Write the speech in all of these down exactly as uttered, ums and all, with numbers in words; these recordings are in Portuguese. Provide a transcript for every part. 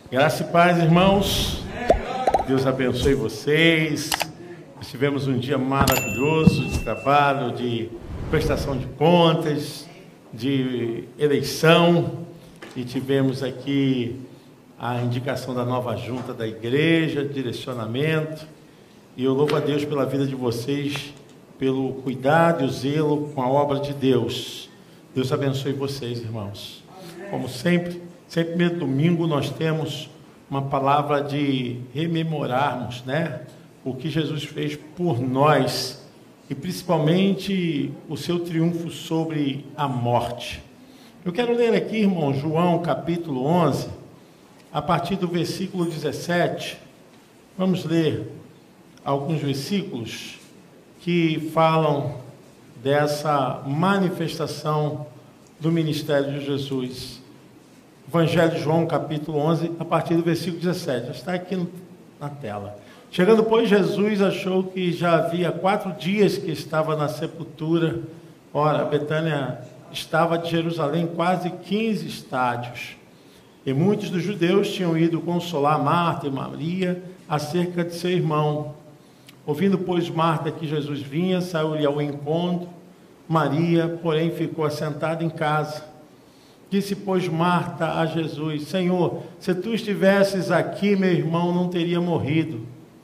Graça e paz, irmãos. Deus abençoe vocês. Nós tivemos um dia maravilhoso de trabalho, de prestação de contas, de eleição, e tivemos aqui a indicação da nova junta da igreja, direcionamento, e eu louvo a Deus pela vida de vocês, pelo cuidado e o zelo com a obra de Deus. Deus abençoe vocês, irmãos. Como sempre, sempre primeiro domingo nós temos uma palavra de rememorarmos, né, o que Jesus fez por nós e principalmente o seu triunfo sobre a morte. Eu quero ler aqui, irmão, João capítulo onze, a partir do versículo dezessete. Vamos ler alguns versículos que falam dessa manifestação do ministério de Jesus. Evangelho de João, capítulo onze, a partir do versículo dezessete. Já está aqui no, na tela. Chegando, pois, Jesus achou que já havia quatro dias que estava na sepultura. Ora, Betânia estava de Jerusalém quase quinze estádios. E muitos dos judeus tinham ido consolar Marta e Maria acerca de seu irmão. Ouvindo, pois, Marta que Jesus vinha, saiu-lhe ao encontro. Maria, porém, ficou assentada em casa. Disse, pois, Marta a Jesus: Senhor, se tu estivesses aqui, meu irmão não teria morrido.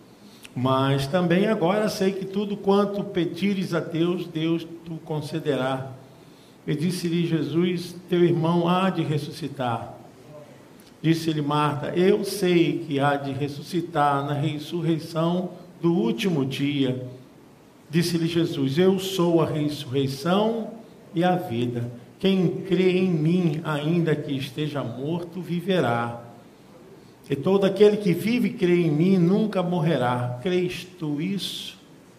Mas também agora sei que tudo quanto pedires a Deus, Deus tu concederá. E disse-lhe Jesus: teu irmão há de ressuscitar. Disse-lhe Marta: eu sei que há de ressuscitar na ressurreição do último dia. Disse-lhe Jesus: eu sou a ressurreição e a vida. Quem crê em mim, ainda que esteja morto, viverá. E todo aquele que vive e crê em mim nunca morrerá. Crês tu isso?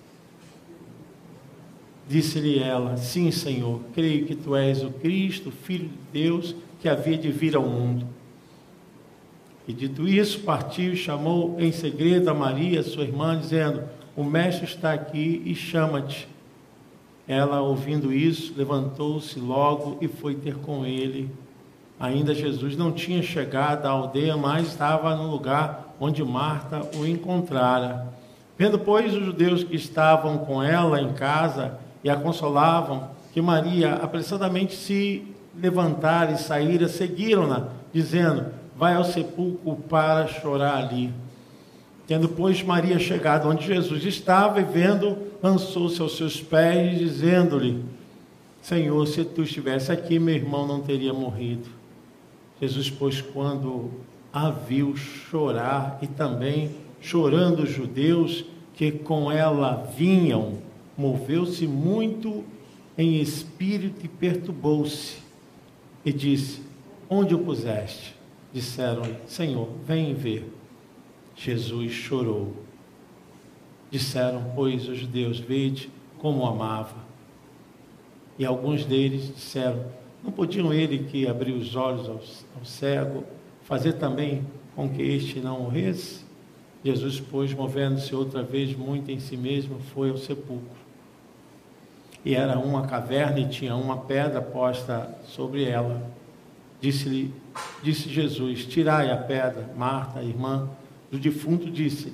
Disse-lhe ela: sim, Senhor, creio que tu és o Cristo, Filho de Deus, que havia de vir ao mundo. E dito isso, partiu e chamou em segredo a Maria, sua irmã, dizendo: o mestre está aqui e chama-te. Ela, ouvindo isso, levantou-se logo e foi ter com ele. Ainda Jesus não tinha chegado à aldeia, mas estava no lugar onde Marta o encontrara. Vendo, pois, os judeus que estavam com ela em casa e a consolavam, que Maria apressadamente se levantara e saíra, seguiram-na, dizendo: vai ao sepulcro para chorar ali. Tendo, pois, Maria chegado onde Jesus estava e vendo, lançou-se aos seus pés, dizendo-lhe: Senhor, se tu estivesse aqui, meu irmão não teria morrido. Jesus, pois, quando a viu chorar, e também chorando os judeus que com ela vinham, moveu-se muito em espírito e perturbou-se, e disse: onde o puseste? Disseram-lhe: Senhor, vem ver. Jesus chorou. Disseram, pois, os judeus: vede como o amava. E alguns deles disseram: não podiam ele que abriu os olhos ao, ao cego, fazer também com que este não morresse? Jesus, pois, movendo-se outra vez muito em si mesmo, foi ao sepulcro. E era uma caverna e tinha uma pedra posta sobre ela. Disse-lhe, disse Jesus: tirai a pedra. Marta, a irmã do defunto, disse: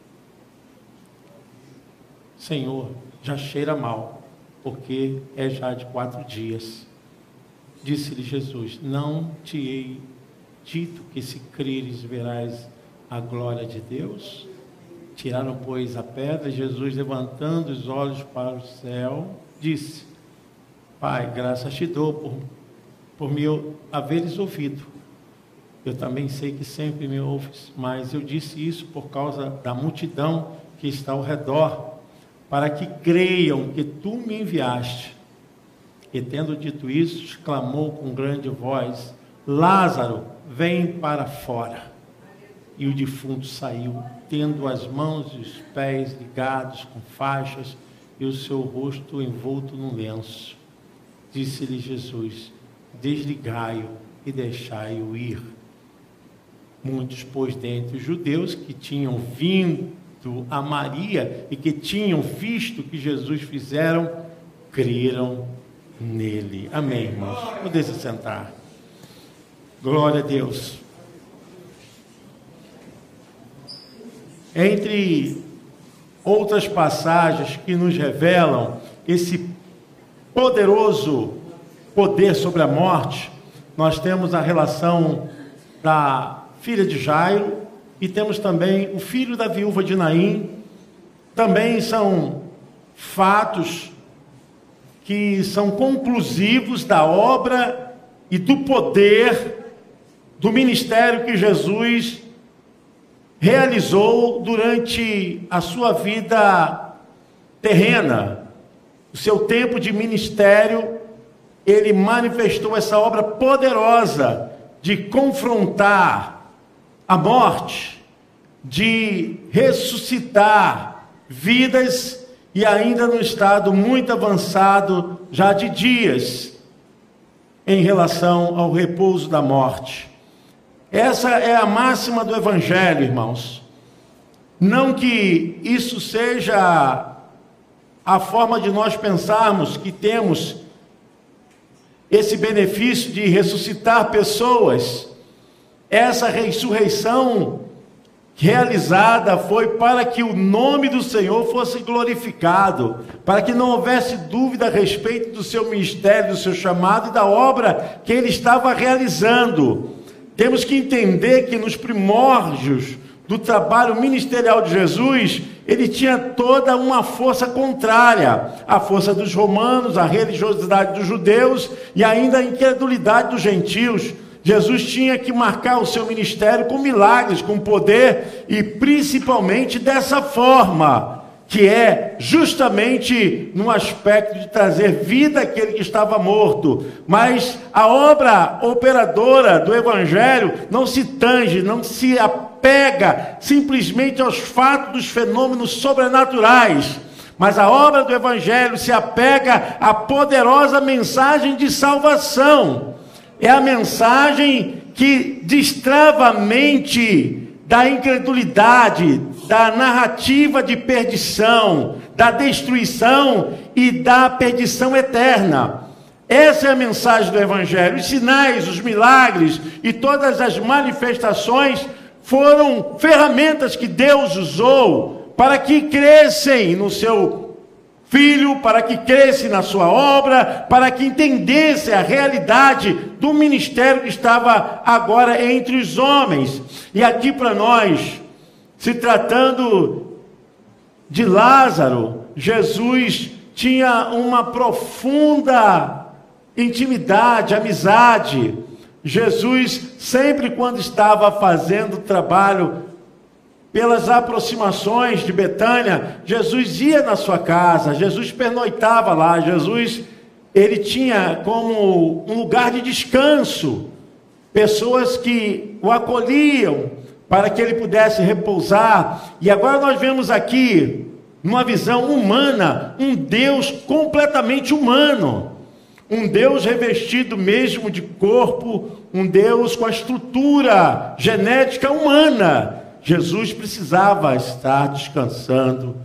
Senhor, já cheira mal, porque é já de quatro dias. Disse-lhe Jesus: não te hei dito que se creres verás a glória de Deus? Tiraram, pois, a pedra, e Jesus, levantando os olhos para o céu, disse: Pai, graças te dou por, por me haveres ouvido. Eu também sei que sempre me ouves, mas eu disse isso por causa da multidão que está ao redor, para que creiam que tu me enviaste. E tendo dito isso, exclamou com grande voz: Lázaro, vem para fora. E o defunto saiu, tendo as mãos e os pés ligados com faixas e o seu rosto envolto num lenço. Disse-lhe Jesus: desligai-o e deixai-o ir. Muitos, pois, dentre os judeus que tinham vindo a Maria e que tinham visto o que Jesus fizeram, creram nele. Amém, irmãos? Podem se sentar. Glória a Deus. entre outras passagens que nos revelam esse poderoso poder sobre a morte, nós temos a relação da filha de Jairo e temos também o filho da viúva de Naim. Também são fatos que são conclusivos da obra e do poder do ministério que Jesus realizou durante a sua vida terrena. O seu tempo de ministério, ele manifestou essa obra poderosa de confrontar a morte, de ressuscitar vidas, e ainda no estado muito avançado, já de dias, em relação ao repouso da morte. Essa é a máxima do Evangelho, irmãos. Não que isso seja a forma de nós pensarmos que temos esse benefício de ressuscitar pessoas. Essa ressurreição realizada foi para que o nome do Senhor fosse glorificado, para que não houvesse dúvida a respeito do seu ministério, do seu chamado e da obra que ele estava realizando. Temos que entender que nos primórdios do trabalho ministerial de Jesus, ele tinha toda uma força contrária, a força dos romanos, a religiosidade dos judeus e ainda a incredulidade dos gentios. Jesus tinha que marcar o seu ministério com milagres, com poder e principalmente dessa forma, que é justamente no aspecto de trazer vida àquele que estava morto. Mas a obra operadora do Evangelho não se tange, não se apega simplesmente aos fatos dos fenômenos sobrenaturais, mas a obra do Evangelho se apega à poderosa mensagem de salvação. É a mensagem que destrava a mente da incredulidade, da narrativa de perdição, da destruição e da perdição eterna. Essa é a mensagem do Evangelho. Os sinais, os milagres e todas as manifestações foram ferramentas que Deus usou para que crescem no seu Filho, para que crescem na sua obra, para que entendesse a realidade do ministério que estava agora entre os homens. E aqui para nós, se tratando de Lázaro, Jesus tinha uma profunda intimidade, amizade. Jesus, sempre quando estava fazendo trabalho pelas aproximações de Betânia, Jesus ia na sua casa, Jesus pernoitava lá, Jesus, ele tinha como um lugar de descanso, pessoas que o acolhiam, para que ele pudesse repousar. E agora nós vemos aqui, numa visão humana, um Deus completamente humano, um Deus revestido mesmo de corpo, um Deus com a estrutura genética humana. Jesus precisava estar descansando,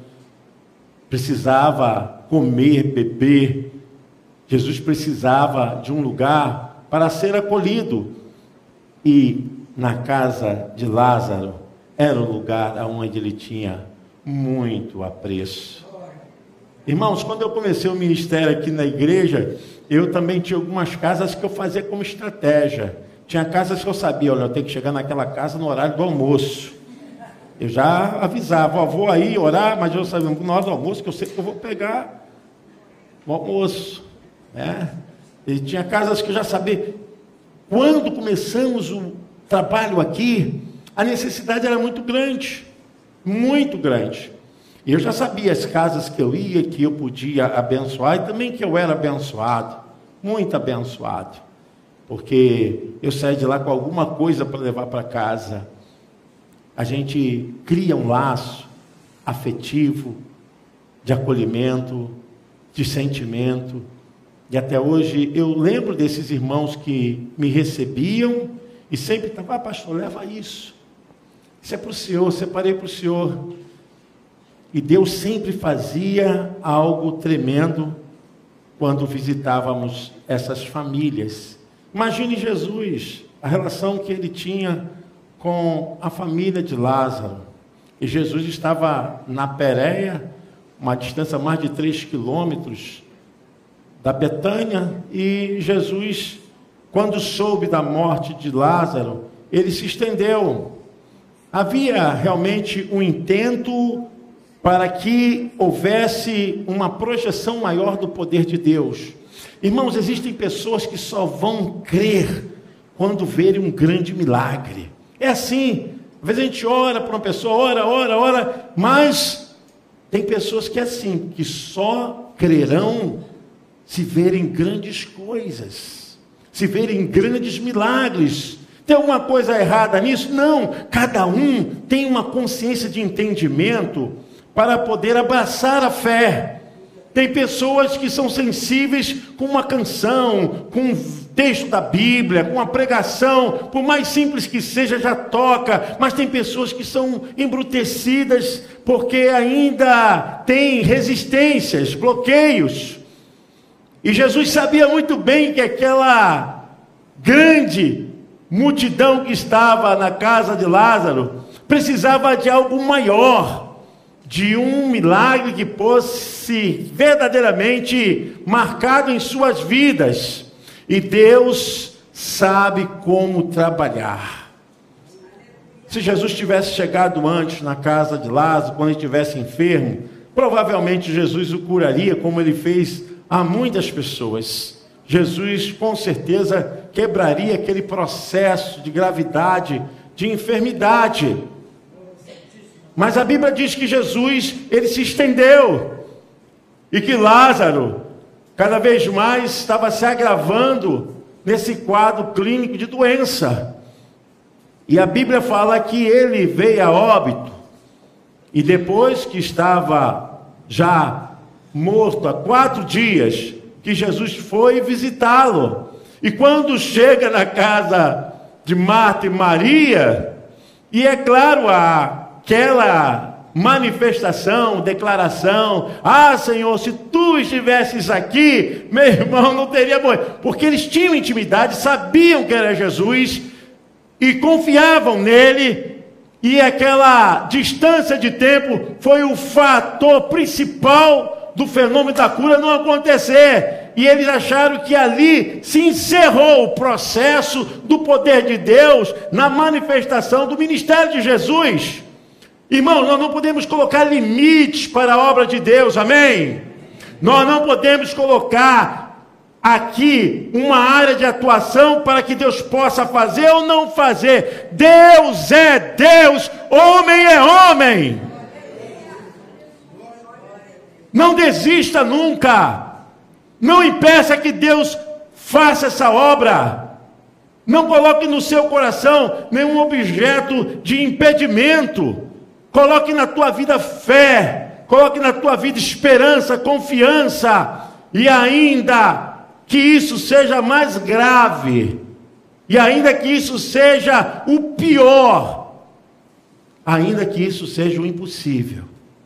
precisava comer, beber. Jesus precisava de um lugar para ser acolhido. E na casa de Lázaro era o lugar onde ele tinha muito apreço. Irmãos, quando eu comecei o ministério aqui na igreja, eu também tinha algumas casas que eu fazia como estratégia. Tinha casas que eu sabia, olha, eu tenho que chegar naquela casa no horário do almoço. Eu já avisava, ó, vou aí orar, mas eu sabia, na hora do almoço, que eu sei que eu vou pegar o almoço, né? E tinha casas que eu já sabia. Quando começamos o trabalho aqui, a necessidade era muito grande, muito grande. E eu já sabia as casas que eu ia, que eu podia abençoar, e também que eu era abençoado, muito abençoado, porque eu saí de lá com alguma coisa para levar para casa. A gente cria um laço afetivo, de acolhimento, de sentimento. E até hoje eu lembro desses irmãos que me recebiam e sempre estavam, ah, pastor, leva isso. Isso é para o senhor, separei para o senhor. E Deus sempre fazia algo tremendo quando visitávamos essas famílias. Imagine Jesus, a relação que ele tinha com a família de Lázaro. E Jesus estava na Pérea, uma distância mais de três quilômetros da Betânia, e Jesus, quando soube da morte de Lázaro, ele se estendeu. Havia realmente um intento para que houvesse uma projeção maior do poder de Deus. Irmãos, existem pessoas que só vão crer quando verem um grande milagre. É assim, às vezes a gente ora para uma pessoa, ora, ora, ora, mas tem pessoas que é assim, que só crerão se verem grandes coisas, se verem grandes milagres. Tem alguma coisa errada nisso? Não, cada um tem uma consciência de entendimento para poder abraçar a fé. Tem pessoas que são sensíveis com uma canção, com um texto da Bíblia, com uma pregação, por mais simples que seja, já toca. Mas tem pessoas que são embrutecidas porque ainda tem resistências, bloqueios. E Jesus sabia muito bem que aquela grande multidão que estava na casa de Lázaro precisava de algo maior, de um milagre que fosse verdadeiramente marcado em suas vidas. E Deus sabe como trabalhar. Se Jesus tivesse chegado antes na casa de Lázaro, quando ele estivesse enfermo, provavelmente Jesus o curaria, como ele fez a muitas pessoas. Jesus com certeza quebraria aquele processo de gravidade, de enfermidade. Mas a Bíblia diz que Jesus, ele se estendeu, e que Lázaro, cada vez mais, estava se agravando nesse quadro clínico de doença. E a Bíblia fala que ele veio a óbito, e depois que estava já morto há quatro dias, que Jesus foi visitá-lo. E quando chega na casa de Marta e Maria, e é claro, aquela manifestação, declaração: ah, Senhor, se tu estivesses aqui, meu irmão não teria morrido. Porque eles tinham intimidade, sabiam que era Jesus e confiavam nele, e aquela distância de tempo foi o fator principal do fenômeno da cura não acontecer. E eles acharam que ali se encerrou o processo do poder de Deus na manifestação do ministério de Jesus. Irmãos, nós não podemos colocar limites para a obra de Deus, amém? Nós não podemos colocar aqui uma área de atuação para que Deus possa fazer ou não fazer. Deus é Deus, homem é homem. Não desista nunca. Não impeça que Deus faça essa obra. Não coloque no seu coração nenhum objeto de impedimento. Coloque na tua vida fé. Coloque na tua vida esperança, confiança. E ainda que isso seja mais grave, e ainda que isso seja o pior, ainda que isso seja o impossível,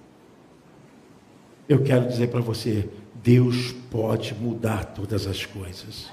eu quero dizer para você: Deus pode mudar todas as coisas.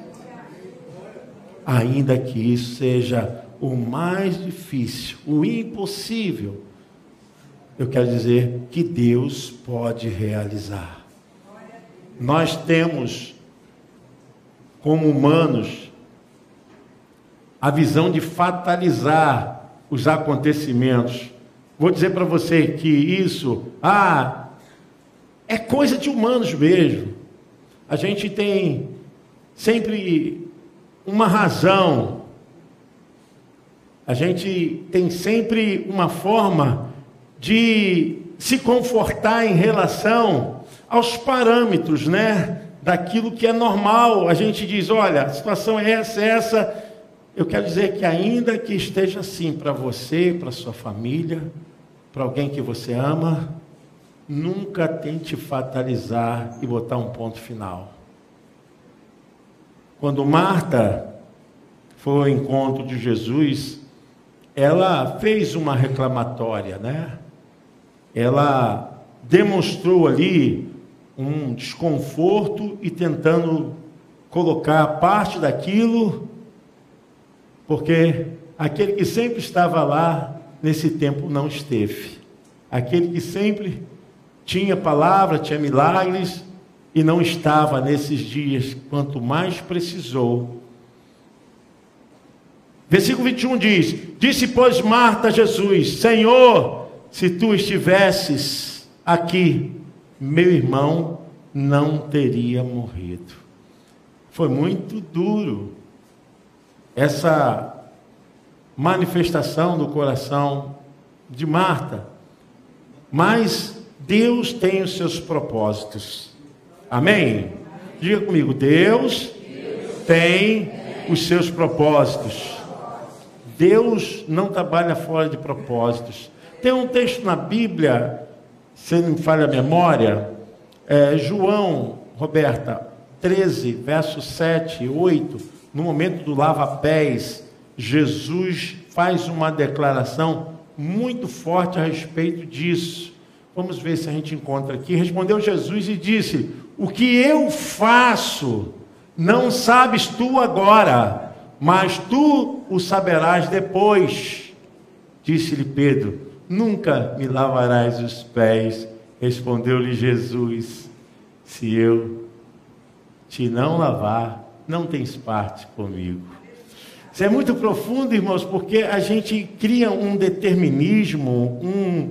Ainda que isso seja o mais difícil, o impossível, eu quero dizer que Deus pode realizar. Nós temos, como humanos, a visão de fatalizar os acontecimentos. Vou dizer para você que isso, ah, é coisa de humanos mesmo. A gente tem sempre uma razão. A gente tem sempre uma forma de se confortar em relação aos parâmetros, né? Daquilo que é normal. A gente diz: olha, a situação é essa, é essa. Eu quero dizer que ainda que esteja assim para você, para sua família, para alguém que você ama, nunca tente fatalizar e botar um ponto final. Quando Marta foi ao encontro de Jesus, ela fez uma reclamatória, né? Ela demonstrou ali um desconforto e tentando colocar parte daquilo, porque aquele que sempre estava lá nesse tempo não esteve. Aquele que sempre tinha palavra, tinha milagres, e não estava nesses dias, quanto mais precisou. Versículo vinte e um diz: disse, pois, Marta a Jesus: Senhor, se tu estivesses aqui, meu irmão não teria morrido. Foi muito duro essa manifestação do coração de Marta, mas Deus tem os seus propósitos. Amém? Diga comigo: Deus, Deus tem os seus propósitos. Deus não trabalha fora de propósitos. Tem um texto na Bíblia, se não me falha a memória, é João, Roberta, treze, versos sete e oito, no momento do lava-pés, Jesus faz uma declaração muito forte a respeito disso. Vamos ver se a gente encontra aqui. Respondeu Jesus e disse: o que eu faço, não sabes tu agora, mas tu o saberás depois. Disse-lhe Pedro: nunca me lavarás os pés. Respondeu-lhe Jesus: se eu te não lavar, não tens parte comigo. Isso é muito profundo, irmãos, porque a gente cria um determinismo, um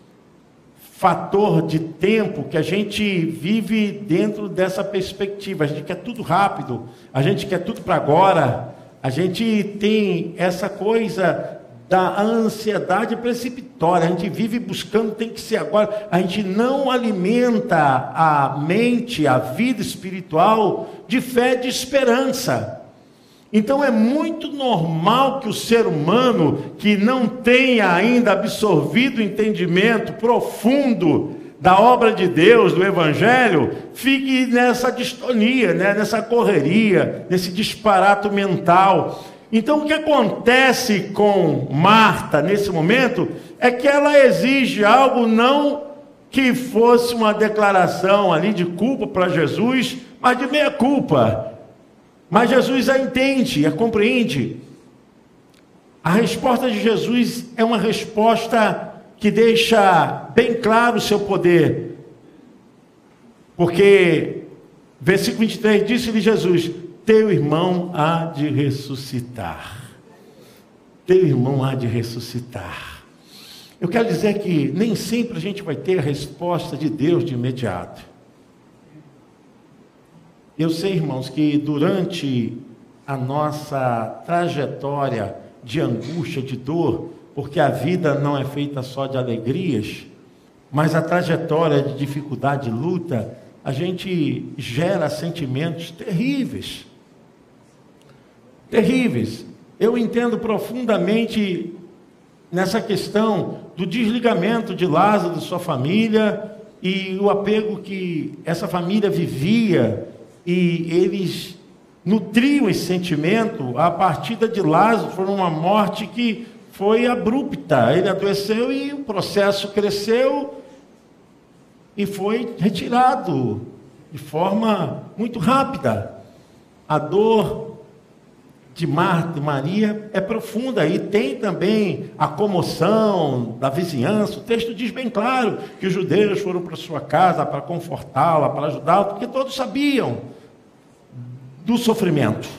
fator de tempo que a gente vive dentro dessa perspectiva. A gente quer tudo rápido, a gente quer tudo para agora, a gente tem essa coisa da ansiedade precipitória, a gente vive buscando, tem que ser agora, a gente não alimenta a mente, a vida espiritual de fé, de esperança. Então é muito normal que o ser humano, que não tenha ainda absorvido o entendimento profundo da obra de Deus, do Evangelho, fique nessa distonia, né? Nessa correria, nesse disparate mental. Então o que acontece com Marta nesse momento é que ela exige algo, não que fosse uma declaração ali de culpa para Jesus, mas de meia culpa. Mas Jesus a entende, a compreende. A resposta de Jesus é uma resposta que deixa bem claro o seu poder. Porque, versículo vinte e três, disse-lhe Jesus: teu irmão há de ressuscitar. Teu irmão há de ressuscitar. Eu quero dizer que nem sempre a gente vai ter a resposta de Deus de imediato. Eu sei, irmãos, que durante a nossa trajetória de angústia, de dor, porque a vida não é feita só de alegrias, mas a trajetória de dificuldade, de luta, a gente gera sentimentos terríveis. Terríveis. Eu entendo profundamente nessa questão do desligamento de Lázaro de sua família e o apego que essa família vivia. E eles nutriam esse sentimento. A partida de Lázaro foi uma morte que foi abrupta. Ele adoeceu e o processo cresceu e foi retirado de forma muito rápida. A dor de Marta e Maria é profunda. E tem também a comoção da vizinhança. O texto diz bem claro que os judeus foram para sua casa para confortá-la, para ajudá-la, porque todos sabiam do sofrimento.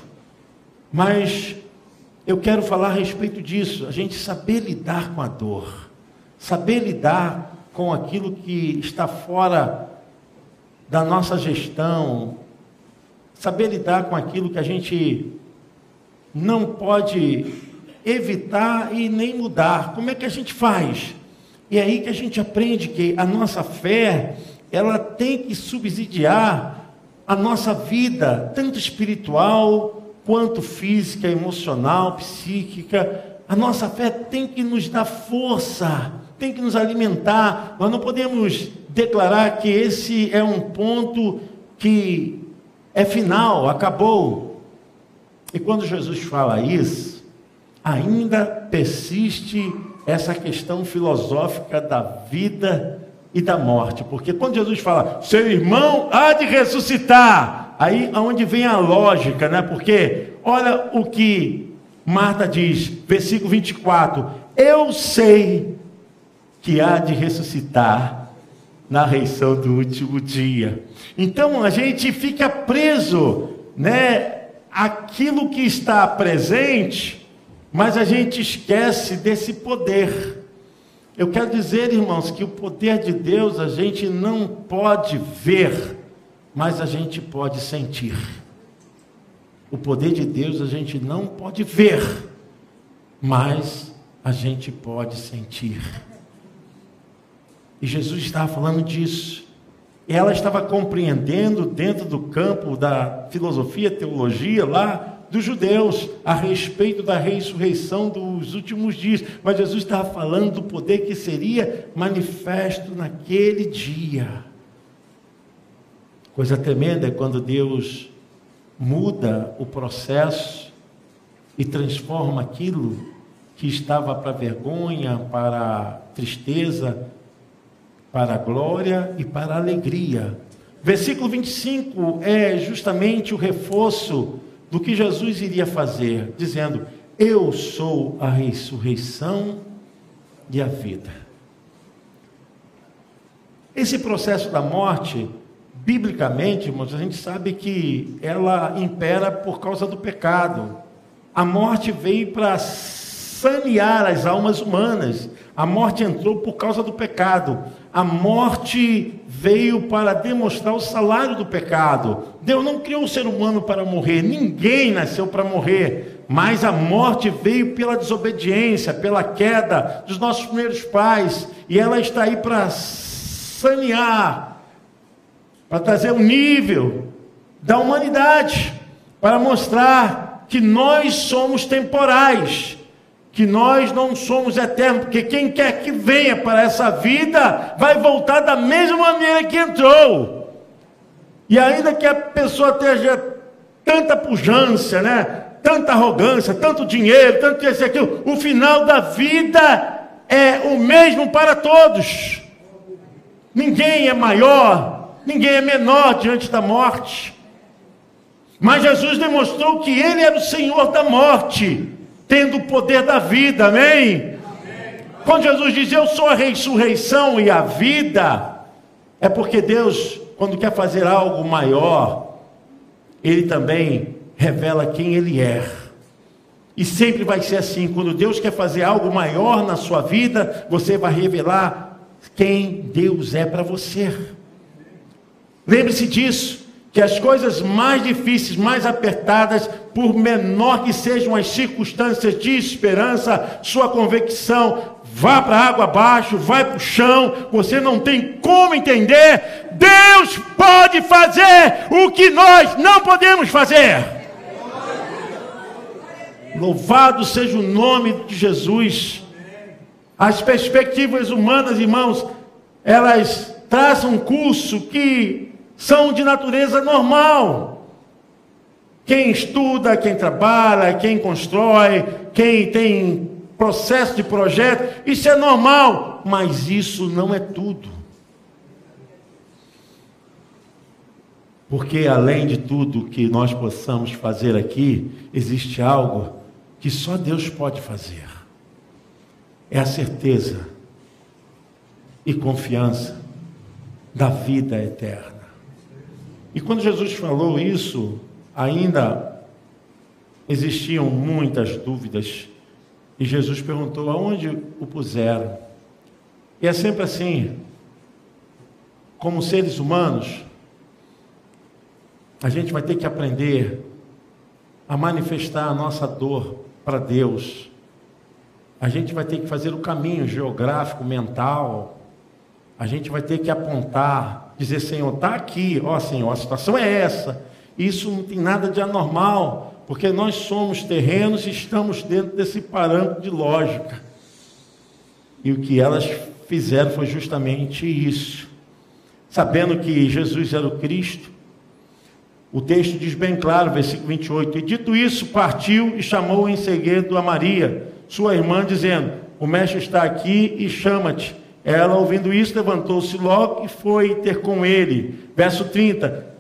Mas eu quero falar a respeito disso, a gente saber lidar com a dor, saber lidar com aquilo que está fora da nossa gestão, saber lidar com aquilo que a gente não pode evitar e nem mudar. Como é que a gente faz? E é aí que a gente aprende que a nossa fé, ela tem que subsidiar a nossa vida, tanto espiritual, quanto física, emocional, psíquica. A nossa fé tem que nos dar força, tem que nos alimentar. Nós não podemos declarar que esse é um ponto que é final, acabou. E quando Jesus fala isso, ainda persiste essa questão filosófica da vida e da morte, porque quando Jesus fala, seu irmão há de ressuscitar, aí aonde vem a lógica, né? Porque olha o que Marta diz, versículo vinte e quatro, eu sei que há de ressuscitar na ressurreição do último dia. Então a gente fica preso, né, àquilo que está presente, mas a gente esquece desse poder. Eu quero dizer, irmãos, que o poder de Deus a gente não pode ver, mas a gente pode sentir. O poder de Deus a gente não pode ver, mas a gente pode sentir. E Jesus estava falando disso. Ela estava compreendendo dentro do campo da filosofia, teologia lá dos judeus, a respeito da ressurreição dos últimos dias. Mas Jesus estava falando do poder que seria manifesto naquele dia. Coisa tremenda é quando Deus muda o processo e transforma aquilo que estava para vergonha, para tristeza, para a glória e para a alegria. Versículo vinte e cinco é justamente o reforço do que Jesus iria fazer, dizendo: eu sou a ressurreição e a vida. Esse processo da morte, biblicamente, irmãos, a gente sabe que ela impera por causa do pecado. A morte veio para sanear as almas humanas. A morte entrou por causa do pecado. A morte veio para demonstrar o salário do pecado. Deus não criou o ser humano para morrer. Ninguém nasceu para morrer. Mas a morte veio pela desobediência, pela queda dos nossos primeiros pais. E ela está aí para sanear, para trazer um nível da humanidade, para mostrar que nós somos temporais, que nós não somos eternos, porque quem quer que venha para essa vida vai voltar da mesma maneira que entrou. E ainda que a pessoa tenha tanta pujança, né, tanta arrogância, tanto dinheiro, tanto isso e aquilo, o final da vida é o mesmo para todos. Ninguém é maior, ninguém é menor diante da morte. Mas Jesus demonstrou que Ele era o Senhor da morte, tendo o poder da vida, amém? Amém? Quando Jesus diz, eu sou a ressurreição e a vida, é porque Deus, quando quer fazer algo maior, Ele também revela quem Ele é. E sempre vai ser assim, quando Deus quer fazer algo maior na sua vida, você vai revelar quem Deus é para você. Lembre-se disso, que as coisas mais difíceis, mais apertadas, por menor que sejam as circunstâncias de esperança, sua convicção, vá para a água abaixo, vai para o chão, você não tem como entender, Deus pode fazer o que nós não podemos fazer. Louvado seja o nome de Jesus. As perspectivas humanas, irmãos, elas traçam um curso que são de natureza normal. Quem estuda, quem trabalha, quem constrói, quem tem processo de projeto, isso é normal, mas isso não é tudo. Porque além de tudo que nós possamos fazer aqui, existe algo que só Deus pode fazer. É a certeza e confiança da vida eterna. E quando Jesus falou isso, ainda existiam muitas dúvidas. E Jesus perguntou, aonde o puseram? E é sempre assim, como seres humanos, a gente vai ter que aprender a manifestar a nossa dor para Deus. A gente vai ter que fazer o caminho geográfico, mental. A gente vai ter que apontar, dizer, Senhor, está aqui, ó Senhor, a situação é essa. Isso não tem nada de anormal, porque nós somos terrenos e estamos dentro desse parâmetro de lógica. E o que elas fizeram foi justamente isso. Sabendo que Jesus era o Cristo, o texto diz bem claro, versículo vinte e oito, e dito isso, partiu e chamou em segredo a Maria, sua irmã, dizendo, o mestre está aqui e chama-te. Ela, ouvindo isso, levantou-se logo e foi ter com ele. Verso trinta,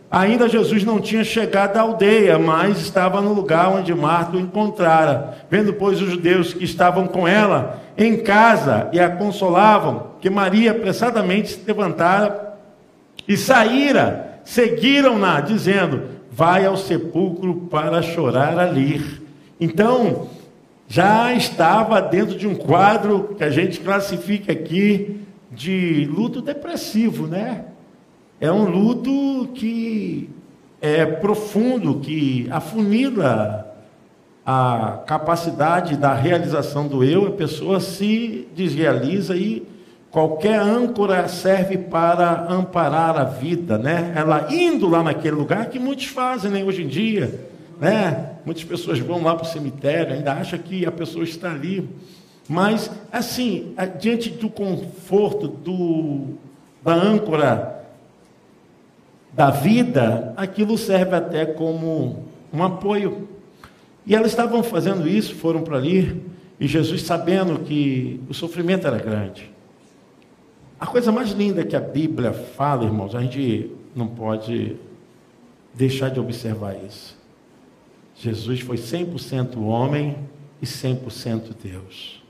Ainda Jesus não tinha chegado à aldeia, mas estava no lugar onde Marta o encontrara. Vendo, pois, os judeus que estavam com ela em casa e a consolavam, que Maria apressadamente se levantara e saíra, seguiram-na, dizendo: vai ao sepulcro para chorar ali. Então, já estava dentro de um quadro que a gente classifica aqui de luto depressivo, né? É um luto que é profundo, que afunila a capacidade da realização do eu, a pessoa se desrealiza e qualquer âncora serve para amparar a vida, né? Ela indo lá naquele lugar que muitos fazem, né, hoje em dia, né? Muitas pessoas vão lá para o cemitério, ainda acham que a pessoa está ali. Mas, assim, diante do conforto, do, da âncora da vida, aquilo serve até como um apoio. E elas estavam fazendo isso, foram para ali, e Jesus, sabendo que o sofrimento era grande. A coisa mais linda que a Bíblia fala, irmãos, a gente não pode deixar de observar isso. Jesus foi cem por cento homem e cem por cento Deus.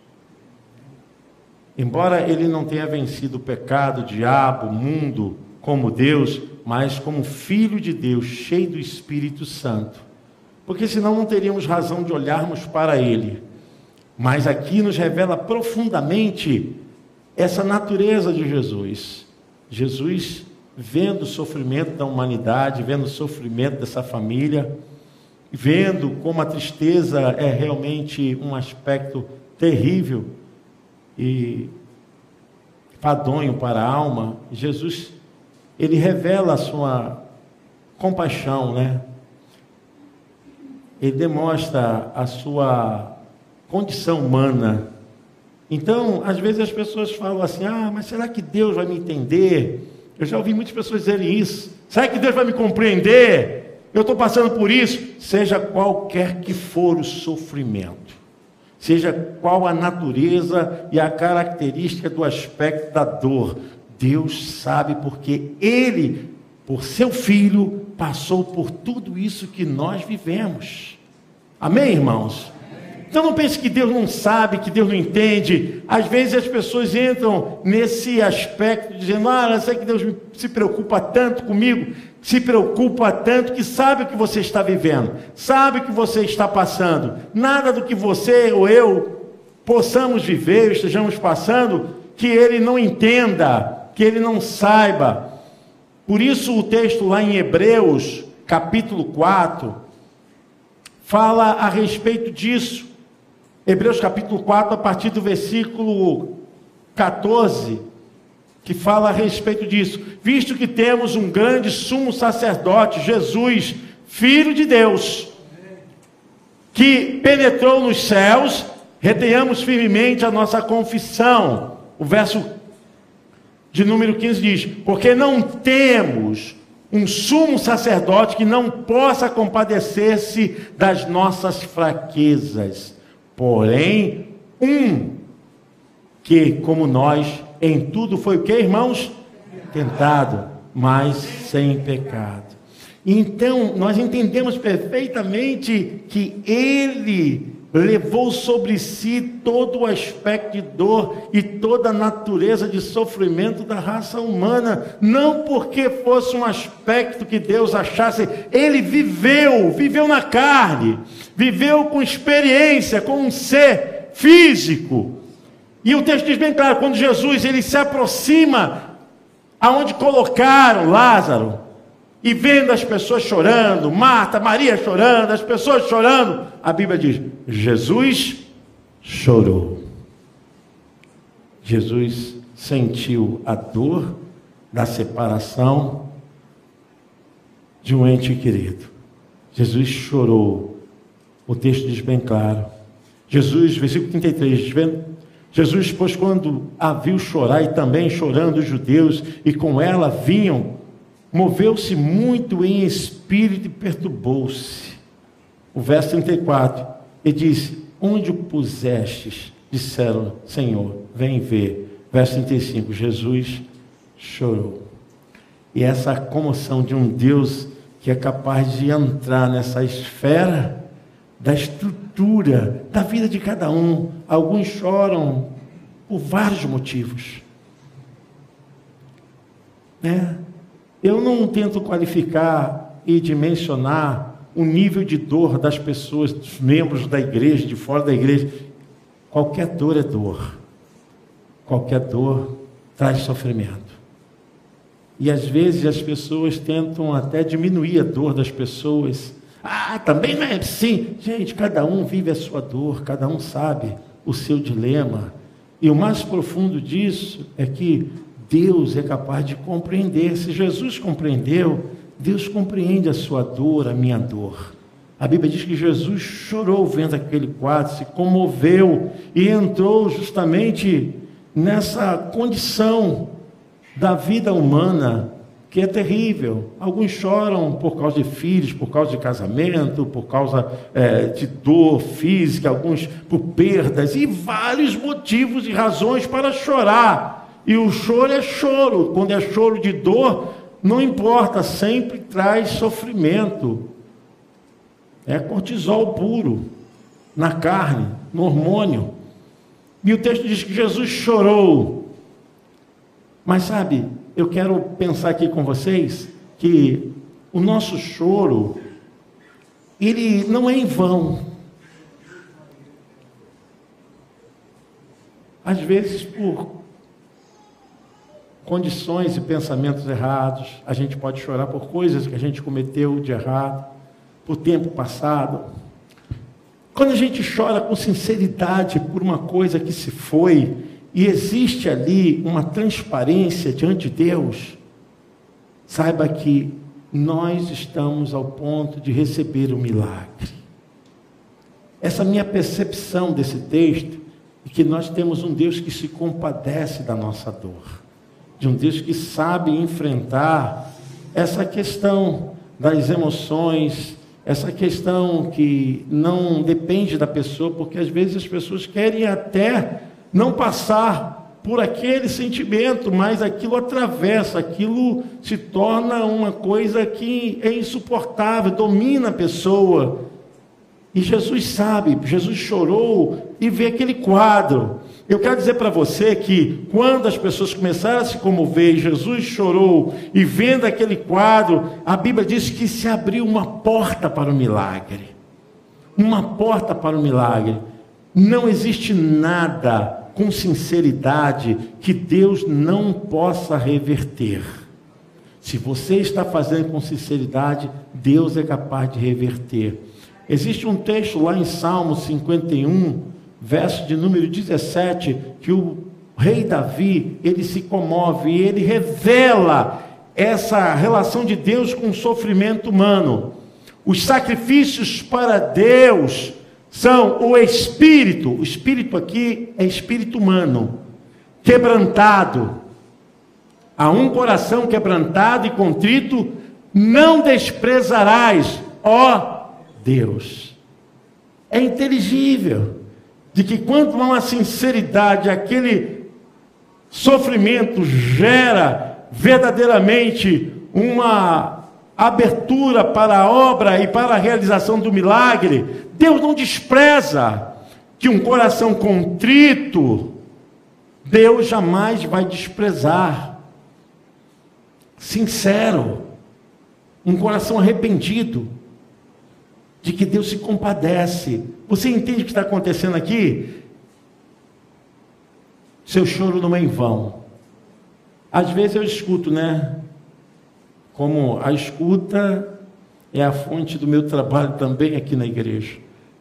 Embora ele não tenha vencido o pecado, o diabo, o mundo como Deus, mas como Filho de Deus, cheio do Espírito Santo. Porque senão não teríamos razão de olharmos para ele. Mas aqui nos revela profundamente essa natureza de Jesus. Jesus vendo o sofrimento da humanidade, vendo o sofrimento dessa família, vendo como a tristeza é realmente um aspecto terrível e fadonho para a alma. Jesus, ele revela a sua compaixão, né? Ele demonstra a sua condição humana. Então, às vezes as pessoas falam assim: ah, mas será que Deus vai me entender? Eu já ouvi muitas pessoas dizerem isso. Será que Deus vai me compreender? Eu estou passando por isso. Seja qualquer que for o sofrimento, seja qual a natureza e a característica do aspecto da dor, Deus sabe, porque Ele, por seu Filho, passou por tudo isso que nós vivemos. Amém, irmãos? Então não pense que Deus não sabe, que Deus não entende. Às vezes as pessoas entram nesse aspecto dizendo: ah, eu sei que Deus se preocupa tanto comigo, se preocupa tanto que sabe o que você está vivendo, sabe o que você está passando. Nada do que você ou eu possamos viver, estejamos passando, que Ele não entenda, que Ele não saiba. Por isso o texto lá em Hebreus, capítulo quatro, fala a respeito disso. Hebreus capítulo quatro, a partir do versículo catorze, que fala a respeito disso. Visto que temos um grande sumo sacerdote, Jesus, Filho de Deus, que penetrou nos céus, retenhamos firmemente a nossa confissão. O verso de número quinze diz: porque não temos um sumo sacerdote que não possa compadecer-se das nossas fraquezas, porém um que, como nós, em tudo foi o que, irmãos? Tentado, mas sem pecado. Então nós entendemos perfeitamente que Ele levou sobre si todo o aspecto de dor e toda a natureza de sofrimento da raça humana, não porque fosse um aspecto que Deus achasse. Ele viveu, viveu na carne, viveu com experiência, com um ser físico. E o texto diz bem claro, quando Jesus ele se aproxima aonde colocaram Lázaro, e vendo as pessoas chorando, Marta, Maria chorando, as pessoas chorando, a Bíblia diz: Jesus chorou. Jesus sentiu a dor da separação de um ente querido. Jesus chorou. O texto diz bem claro. Jesus, versículo trinta e três, diz: Jesus, pois quando a viu chorar, e também chorando os judeus, e com ela vinham, moveu-se muito em espírito e perturbou-se. O verso trinta e quatro, e disse: onde o pusestes? Disseram: Senhor, vem ver. Verso trinta e cinco, Jesus chorou. E essa comoção de um Deus que é capaz de entrar nessa esfera da estrutura da vida de cada um. Alguns choram por vários motivos. Né? Eu não tento qualificar e dimensionar o nível de dor das pessoas, dos membros da igreja, de fora da igreja. Qualquer dor é dor. Qualquer dor traz sofrimento. E às vezes as pessoas tentam até diminuir a dor das pessoas. Ah, também não é assim. Gente, cada um vive a sua dor, cada um sabe o seu dilema. E o mais profundo disso é que Deus é capaz de compreender. Se Jesus compreendeu, Deus compreende a sua dor, a minha dor. A Bíblia diz que Jesus chorou vendo aquele quadro, se comoveu e entrou justamente nessa condição da vida humana, que é terrível. Alguns choram por causa de filhos, por causa de casamento, por causa é, de dor física, alguns por perdas, e vários motivos e razões para chorar. E o choro é choro. Quando é choro de dor, não importa, sempre traz sofrimento. É cortisol puro na carne, no hormônio. E o texto diz que Jesus chorou. Mas sabe, eu quero pensar aqui com vocês que o nosso choro, ele não é em vão. Às vezes, por condições e pensamentos errados, a gente pode chorar por coisas que a gente cometeu de errado, por tempo passado. Quando a gente chora com sinceridade por uma coisa que se foi, e existe ali uma transparência diante de Deus, saiba que nós estamos ao ponto de receber o milagre. Essa minha percepção desse texto é que nós temos um Deus que se compadece da nossa dor, de um Deus que sabe enfrentar essa questão das emoções, essa questão que não depende da pessoa, porque às vezes as pessoas querem até não passar por aquele sentimento, mas aquilo atravessa, aquilo se torna uma coisa que é insuportável, domina a pessoa. E Jesus sabe, Jesus chorou e vê aquele quadro. Eu quero dizer para você que quando as pessoas começaram a se comover, Jesus chorou e vendo aquele quadro, a Bíblia diz que se abriu uma porta para o milagre. Uma porta para o milagre. Não existe nada com sinceridade que Deus não possa reverter. Se você está fazendo com sinceridade, Deus é capaz de reverter. Existe um texto lá em Salmo cinquenta e um, verso de número dezessete, que o rei Davi, ele se comove e ele revela essa relação de Deus com o sofrimento humano. Os sacrifícios para Deus são o espírito, o espírito aqui é espírito humano, quebrantado. A um coração quebrantado e contrito, não desprezarás, ó Deus. É inteligível de que quanto há uma sinceridade, aquele sofrimento gera verdadeiramente uma abertura para a obra e para a realização do milagre. Deus não despreza que um coração contrito, Deus jamais vai desprezar. Sincero, um coração arrependido, de que Deus se compadece. Você entende o que está acontecendo aqui? Seu choro não é em vão. Às vezes eu escuto, né? Como a escuta é a fonte do meu trabalho também aqui na igreja.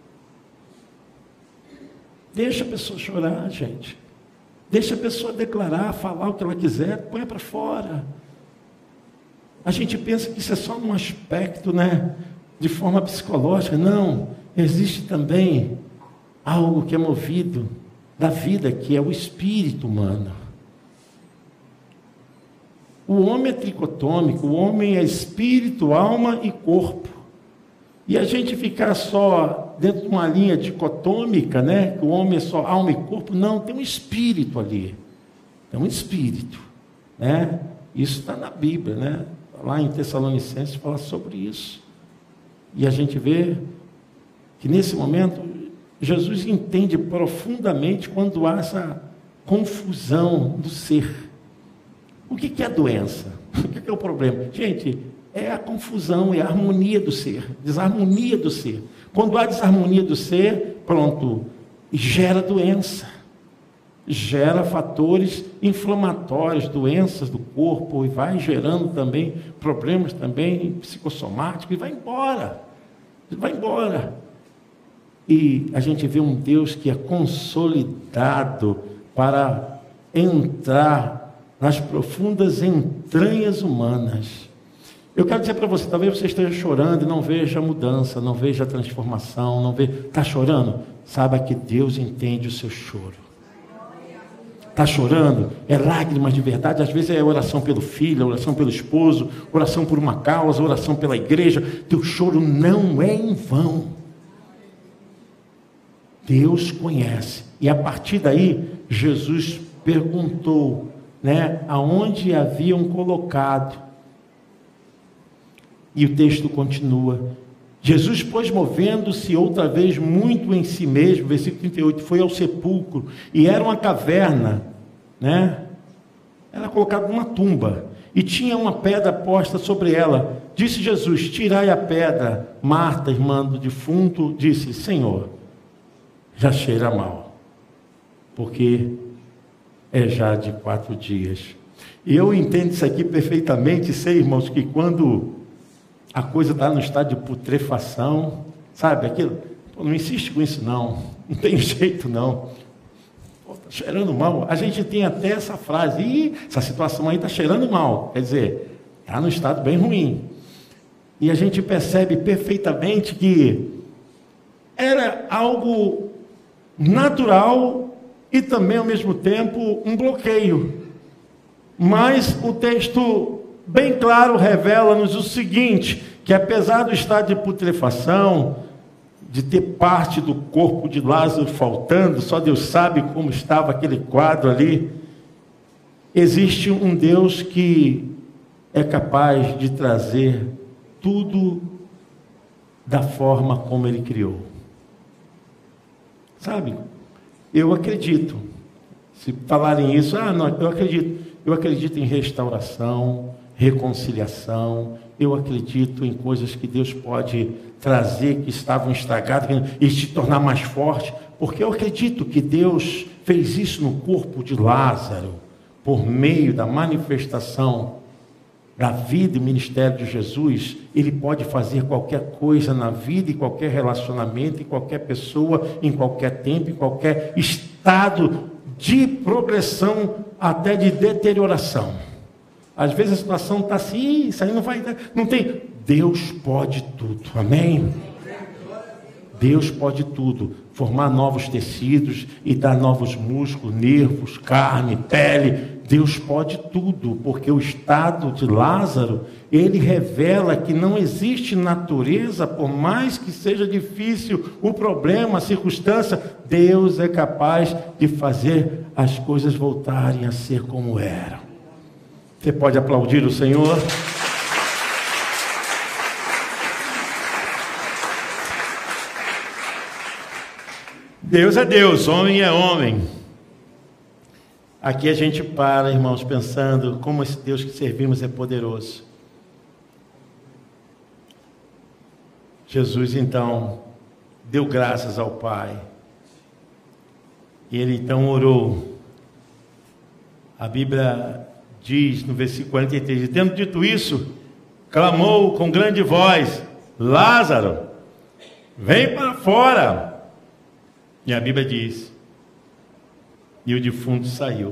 Deixa a pessoa chorar, gente. Deixa a pessoa declarar, falar o que ela quiser, põe para fora. A gente pensa que isso é só um aspecto, né? De forma psicológica. Não, existe também algo que é movido da vida, que é o espírito humano. O homem é tricotômico, o homem é espírito, alma e corpo. E a gente ficar só dentro de uma linha dicotômica, né? Que o homem é só alma e corpo, não, tem um espírito ali. Tem um espírito, né? Isso está na Bíblia, né? Lá em Tessalonicenses fala sobre isso. E a gente vê que nesse momento Jesus entende profundamente quando há essa confusão do ser. O que que é a doença? O que que é o problema? Gente, é a confusão, é a harmonia do ser, desarmonia do ser. Quando há desarmonia do ser, pronto, gera doença, gera fatores inflamatórios, doenças do corpo, e vai gerando também problemas também psicossomáticos, e vai embora, vai embora. E a gente vê um Deus que é consolidado para entrar nas profundas entranhas humanas. Eu quero dizer para você, talvez você esteja chorando e não veja a mudança, não veja a transformação, não veja, está chorando? Saiba que Deus entende o seu choro. Está chorando? É lágrimas de verdade, às vezes é oração pelo filho, oração pelo esposo, oração por uma causa, oração pela igreja. Teu choro não é em vão. Deus conhece. E a partir daí, Jesus perguntou, né, aonde haviam colocado. E o texto continua. Jesus, pois, movendo-se outra vez muito em si mesmo, versículo trinta e oito, foi ao sepulcro, e era uma caverna, né? Era colocado numa tumba, e tinha uma pedra posta sobre ela. Disse Jesus, tirai a pedra. Marta, irmã do defunto, disse, Senhor, já cheira mal, porque é já de quatro dias. E eu entendo isso aqui perfeitamente, sei, irmãos, que quando a coisa está no estado de putrefação, sabe, aquilo, pô, não insiste com isso não, não tem jeito não, está cheirando mal, a gente tem até essa frase, ih, essa situação aí está cheirando mal, quer dizer, está no estado bem ruim, e a gente percebe perfeitamente que era algo natural e também ao mesmo tempo um bloqueio, mas o texto bem claro revela-nos o seguinte, que apesar do estado de putrefação, de ter parte do corpo de Lázaro faltando, só Deus sabe como estava aquele quadro ali, existe um Deus que é capaz de trazer tudo da forma como Ele criou. Sabe? Eu acredito. Se falarem isso, ah, não, eu acredito. Eu acredito em restauração, reconciliação, eu acredito em coisas que Deus pode trazer, que estavam estragadas, e se tornar mais forte, porque eu acredito que Deus fez isso no corpo de Lázaro, por meio da manifestação da vida e ministério de Jesus. Ele pode fazer qualquer coisa na vida, em qualquer relacionamento, em qualquer pessoa, em qualquer tempo, em qualquer estado de progressão, até de deterioração. Às vezes a situação está assim, isso aí não vai dar, não tem. Deus pode tudo, amém? Deus pode tudo, formar novos tecidos e dar novos músculos, nervos, carne, pele. Deus pode tudo, porque o estado de Lázaro, ele revela que não existe natureza, por mais que seja difícil o problema, a circunstância, Deus é capaz de fazer as coisas voltarem a ser como eram. Você pode aplaudir o Senhor? Deus é Deus, homem é homem. Aqui a gente para, irmãos, pensando como esse Deus que servimos é poderoso. Jesus, então, deu graças ao Pai. E ele, então, orou. A Bíblia diz no versículo quarenta e três, e tendo dito isso, clamou com grande voz, Lázaro, vem para fora. E a Bíblia diz, e o defunto saiu,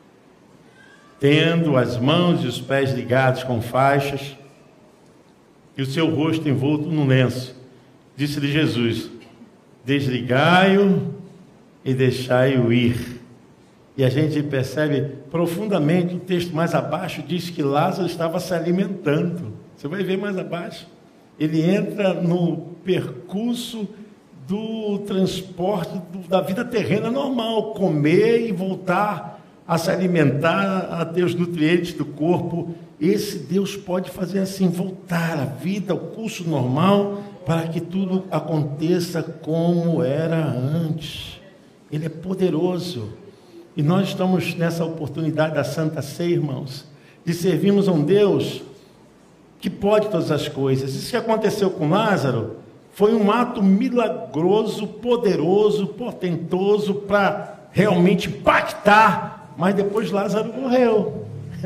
tendo as mãos e os pés ligados com faixas, e o seu rosto envolto num lenço. Disse-lhe Jesus, desligai-o e deixai-o ir. E a gente percebe profundamente, o texto mais abaixo diz que Lázaro estava se alimentando. Você vai ver mais abaixo. Ele entra no percurso do transporte do, da vida terrena normal, comer e voltar a se alimentar, a ter os nutrientes do corpo. Esse Deus pode fazer assim, voltar a vida, ao curso normal, para que tudo aconteça como era antes. Ele é poderoso. E nós estamos nessa oportunidade da Santa Ceia, irmãos, de servirmos a um Deus que pode todas as coisas. Isso que aconteceu com Lázaro foi um ato milagroso, poderoso, portentoso, para realmente impactar, mas depois Lázaro morreu.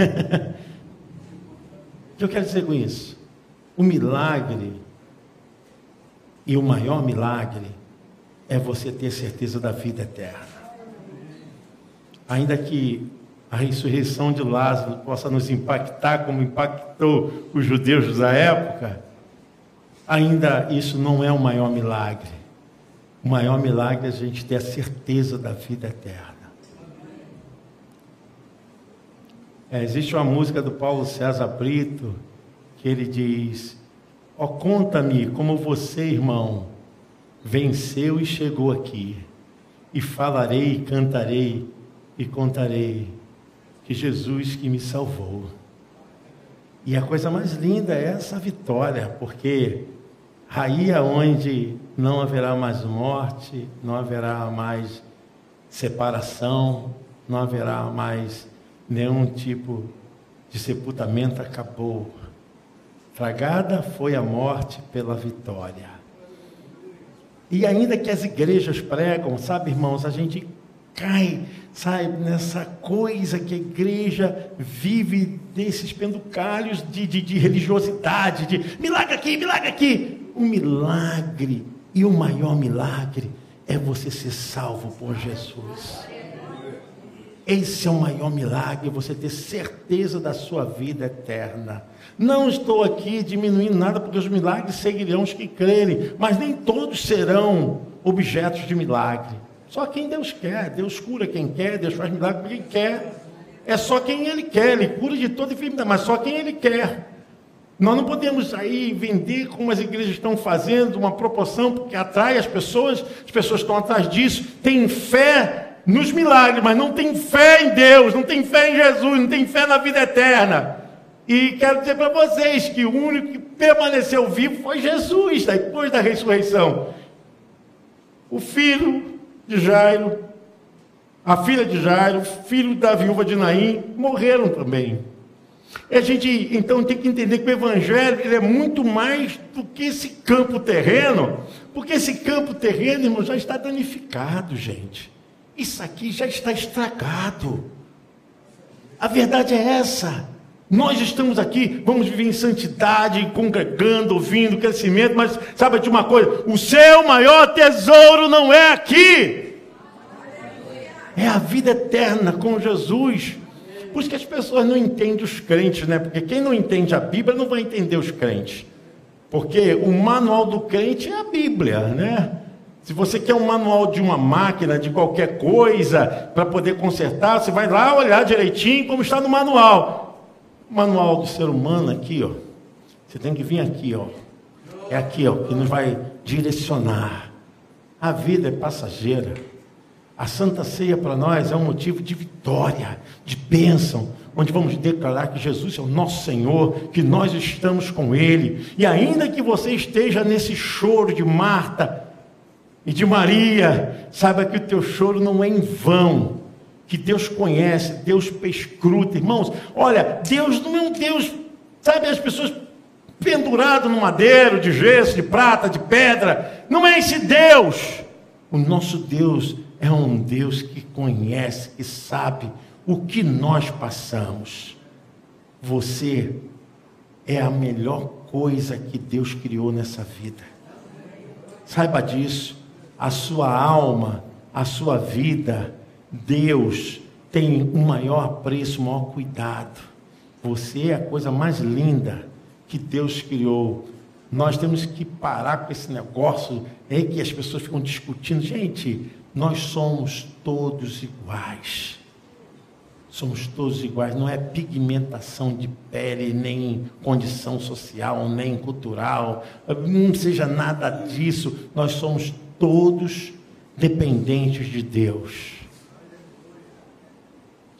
O que eu quero dizer com isso? O milagre, e o maior milagre, é você ter certeza da vida eterna. Ainda que a ressurreição de Lázaro possa nos impactar como impactou os judeus da época, ainda isso não é o maior milagre. O maior milagre é a gente ter a certeza da vida eterna. É, existe uma música do Paulo César Brito, que ele diz: ó, conta-me como você, irmão, venceu e chegou aqui, e falarei, cantarei e contarei que Jesus que me salvou. E a coisa mais linda é essa vitória, porque aí aonde não haverá mais morte, não haverá mais separação, não haverá mais nenhum tipo de sepultamento, acabou. Tragada foi a morte pela vitória. E ainda que as igrejas pregam, sabe, irmãos, a gente cai, sabe, nessa coisa que a igreja vive, desses penduricalhos de, de, de religiosidade, de milagre aqui, milagre aqui. O milagre, e o maior milagre, é você ser salvo por Jesus. Esse é o maior milagre, você ter certeza da sua vida eterna. Não estou aqui diminuindo nada, porque os milagres seguirão os que crerem, mas nem todos serão objetos de milagre. Só quem Deus quer. Deus cura quem quer, Deus faz milagre para quem quer. É só quem Ele quer, Ele cura de toda enfermidade, mas só quem Ele quer. Nós não podemos aí vender como as igrejas estão fazendo, uma proporção, porque atrai as pessoas, as pessoas estão atrás disso, têm fé nos milagres, mas não tem fé em Deus, não tem fé em Jesus, não tem fé na vida eterna. E quero dizer para vocês que o único que permaneceu vivo foi Jesus, depois da ressurreição. O filho de Jairo, a filha de Jairo, o filho da viúva de Naim, morreram também. E a gente então tem que entender que o evangelho ele é muito mais do que esse campo terreno, porque esse campo terreno, irmão, já está danificado, gente. Isso aqui já está estragado. A verdade é essa. Nós estamos aqui, vamos viver em santidade, congregando, ouvindo, crescimento, mas sabe de uma coisa? O seu maior tesouro não é aqui. É a vida eterna com Jesus. Por isso que as pessoas não entendem os crentes, né? Porque quem não entende a Bíblia não vai entender os crentes. Porque o manual do crente é a Bíblia, né? Se você quer um manual de uma máquina, de qualquer coisa, para poder consertar, você vai lá olhar direitinho como está no manual. O manual do ser humano aqui, ó. Você tem que vir aqui, ó. É aqui, ó, que nos vai direcionar. A vida é passageira. A Santa Ceia para nós é um motivo de vitória, de bênção, onde vamos declarar que Jesus é o nosso Senhor, que nós estamos com Ele. E ainda que você esteja nesse choro de Marta e de Maria, saiba que o teu choro não é em vão, que Deus conhece, Deus perscruta. Irmãos, olha, Deus não é um Deus, sabe, as pessoas penduradas no madeiro, de gesso, de prata, de pedra, não é esse Deus. O nosso Deus é um Deus que conhece, que sabe o que nós passamos. Você é a melhor coisa que Deus criou nessa vida. Saiba disso. A sua alma, a sua vida, Deus tem um maior preço, um maior cuidado. Você é a coisa mais linda que Deus criou. Nós temos que parar com esse negócio aí que as pessoas ficam discutindo. Gente, nós somos todos iguais. Somos todos iguais. Não é pigmentação de pele, nem condição social, nem cultural. Não seja nada disso. Nós somos todos dependentes de Deus.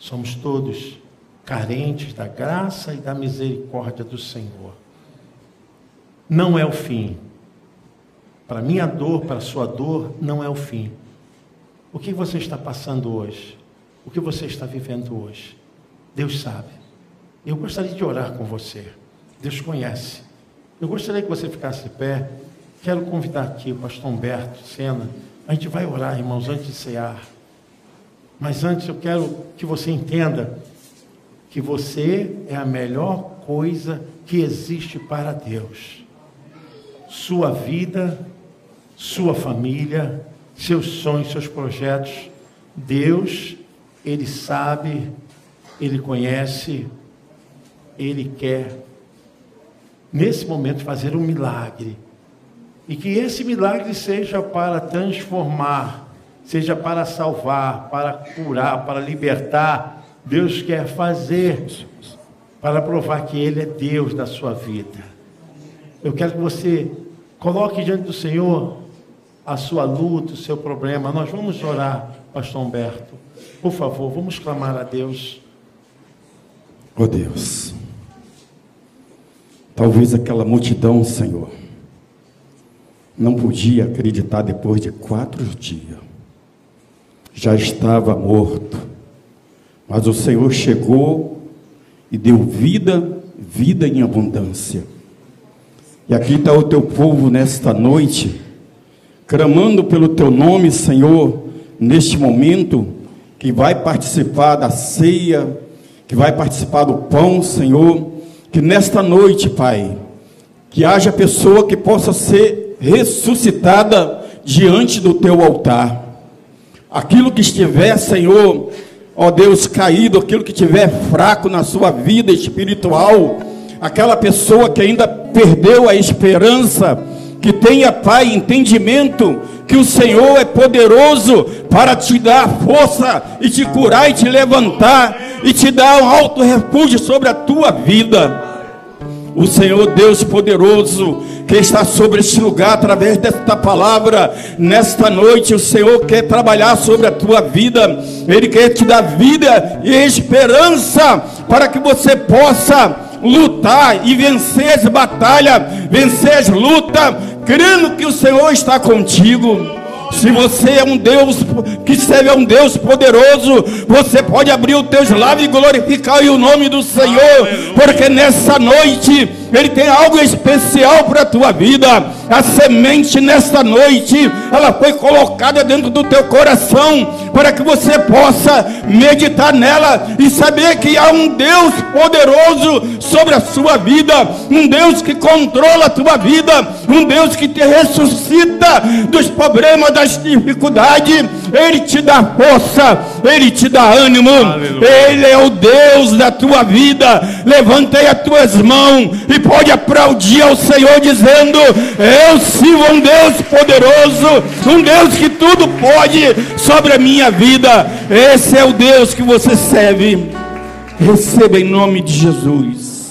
Somos todos carentes da graça e da misericórdia do Senhor. Não é o fim. Para a minha dor, para a sua dor, não é o fim. O que você está passando hoje? O que você está vivendo hoje? Deus sabe. Eu gostaria de orar com você. Deus conhece. Eu gostaria que você ficasse de pé. Quero convidar aqui o pastor Humberto Sena. A gente vai orar, irmãos, antes de cear. Mas antes eu quero que você entenda que você é a melhor coisa que existe para Deus. Sua vida, sua família, seus sonhos, seus projetos. Deus, Ele sabe, Ele conhece, Ele quer, nesse momento, fazer um milagre. E que esse milagre seja para transformar, seja para salvar, para curar, para libertar. Deus quer fazer para provar que Ele é Deus da sua vida. Eu quero que você coloque diante do Senhor a sua luta, o seu problema. Nós vamos orar, pastor Humberto. Por favor, vamos clamar a Deus. Oh Deus, talvez aquela multidão, Senhor, não podia acreditar depois de quatro dias. Já estava morto. Mas o Senhor chegou e deu vida, vida em abundância. E aqui está o teu povo nesta noite, clamando pelo teu nome, Senhor, neste momento, que vai participar da ceia, que vai participar do pão, Senhor, que nesta noite, Pai, que haja pessoa que possa ser ressuscitada diante do teu altar. Aquilo que estiver, Senhor, ó Deus, caído, aquilo que estiver fraco na sua vida espiritual, aquela pessoa que ainda perdeu a esperança, que tenha, Pai, entendimento que o Senhor é poderoso para te dar força e te curar e te levantar e te dar um alto refúgio sobre a tua vida. O Senhor Deus poderoso que está sobre este lugar através desta palavra, nesta noite o Senhor quer trabalhar sobre a tua vida. Ele quer te dar vida e esperança para que você possa lutar e vencer as batalhas, vencer as lutas, crendo que o Senhor está contigo. Se você é um Deus que serve a um Deus poderoso, você pode abrir os teus lábios e glorificar o nome do Senhor, porque nessa noite Ele tem algo especial para a tua vida. A semente nesta noite, ela foi colocada dentro do teu coração, para que você possa meditar nela e saber que há um Deus poderoso sobre a sua vida, um Deus que controla a tua vida, um Deus que te ressuscita dos problemas, das dificuldades. Ele te dá força, Ele te dá ânimo. Aleluia. Ele é o Deus da tua vida. Levanta aí as tuas mãos e pode aplaudir ao Senhor dizendo: eu sirvo um Deus poderoso, um Deus que tudo pode sobre a minha vida. Esse é o Deus que você serve. Receba em nome de Jesus.